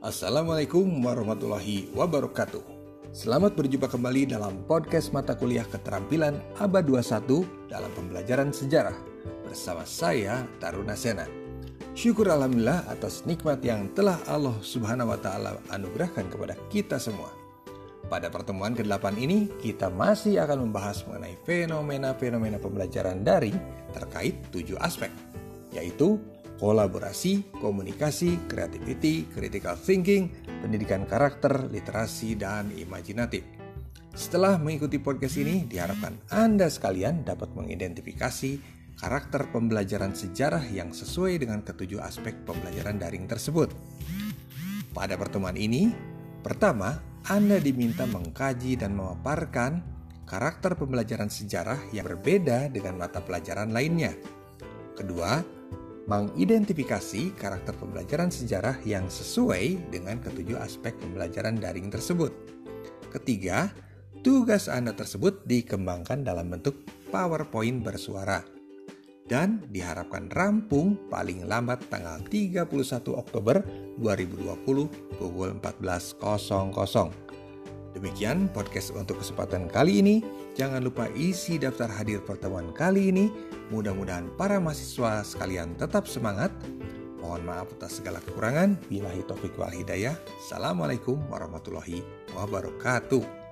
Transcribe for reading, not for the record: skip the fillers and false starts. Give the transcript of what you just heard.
Assalamualaikum warahmatullahi wabarakatuh. Selamat berjumpa kembali dalam podcast mata kuliah keterampilan abad 21 dalam pembelajaran sejarah bersama saya Taruna Sena. Syukur alhamdulillah atas nikmat yang telah Allah Subhanahu wa taala anugerahkan kepada kita semua. Pada pertemuan ke-8 ini kita masih akan membahas mengenai fenomena-fenomena pembelajaran daring terkait 7 aspek, yaitu kolaborasi, komunikasi, creativity, critical thinking, pendidikan karakter, literasi, dan imajinatif. Setelah mengikuti podcast ini, diharapkan Anda sekalian dapat mengidentifikasi karakter pembelajaran sejarah yang sesuai dengan ketujuh aspek pembelajaran daring tersebut. Pada pertemuan ini, pertama, Anda diminta mengkaji dan memaparkan karakter pembelajaran sejarah yang berbeda dengan mata pelajaran lainnya. Kedua, mengidentifikasi karakter pembelajaran sejarah yang sesuai dengan ketujuh aspek pembelajaran daring tersebut. Ketiga, tugas Anda tersebut dikembangkan dalam bentuk PowerPoint bersuara dan diharapkan rampung paling lambat tanggal 31 Oktober 2020 pukul 14.00. Demikian podcast untuk kesempatan kali ini. Jangan lupa isi daftar hadir pertemuan kali ini. Mudah-mudahan para mahasiswa sekalian tetap semangat. Mohon maaf atas segala kekurangan. Billahi taufiq wal hidayah. Assalamualaikum warahmatullahi wabarakatuh.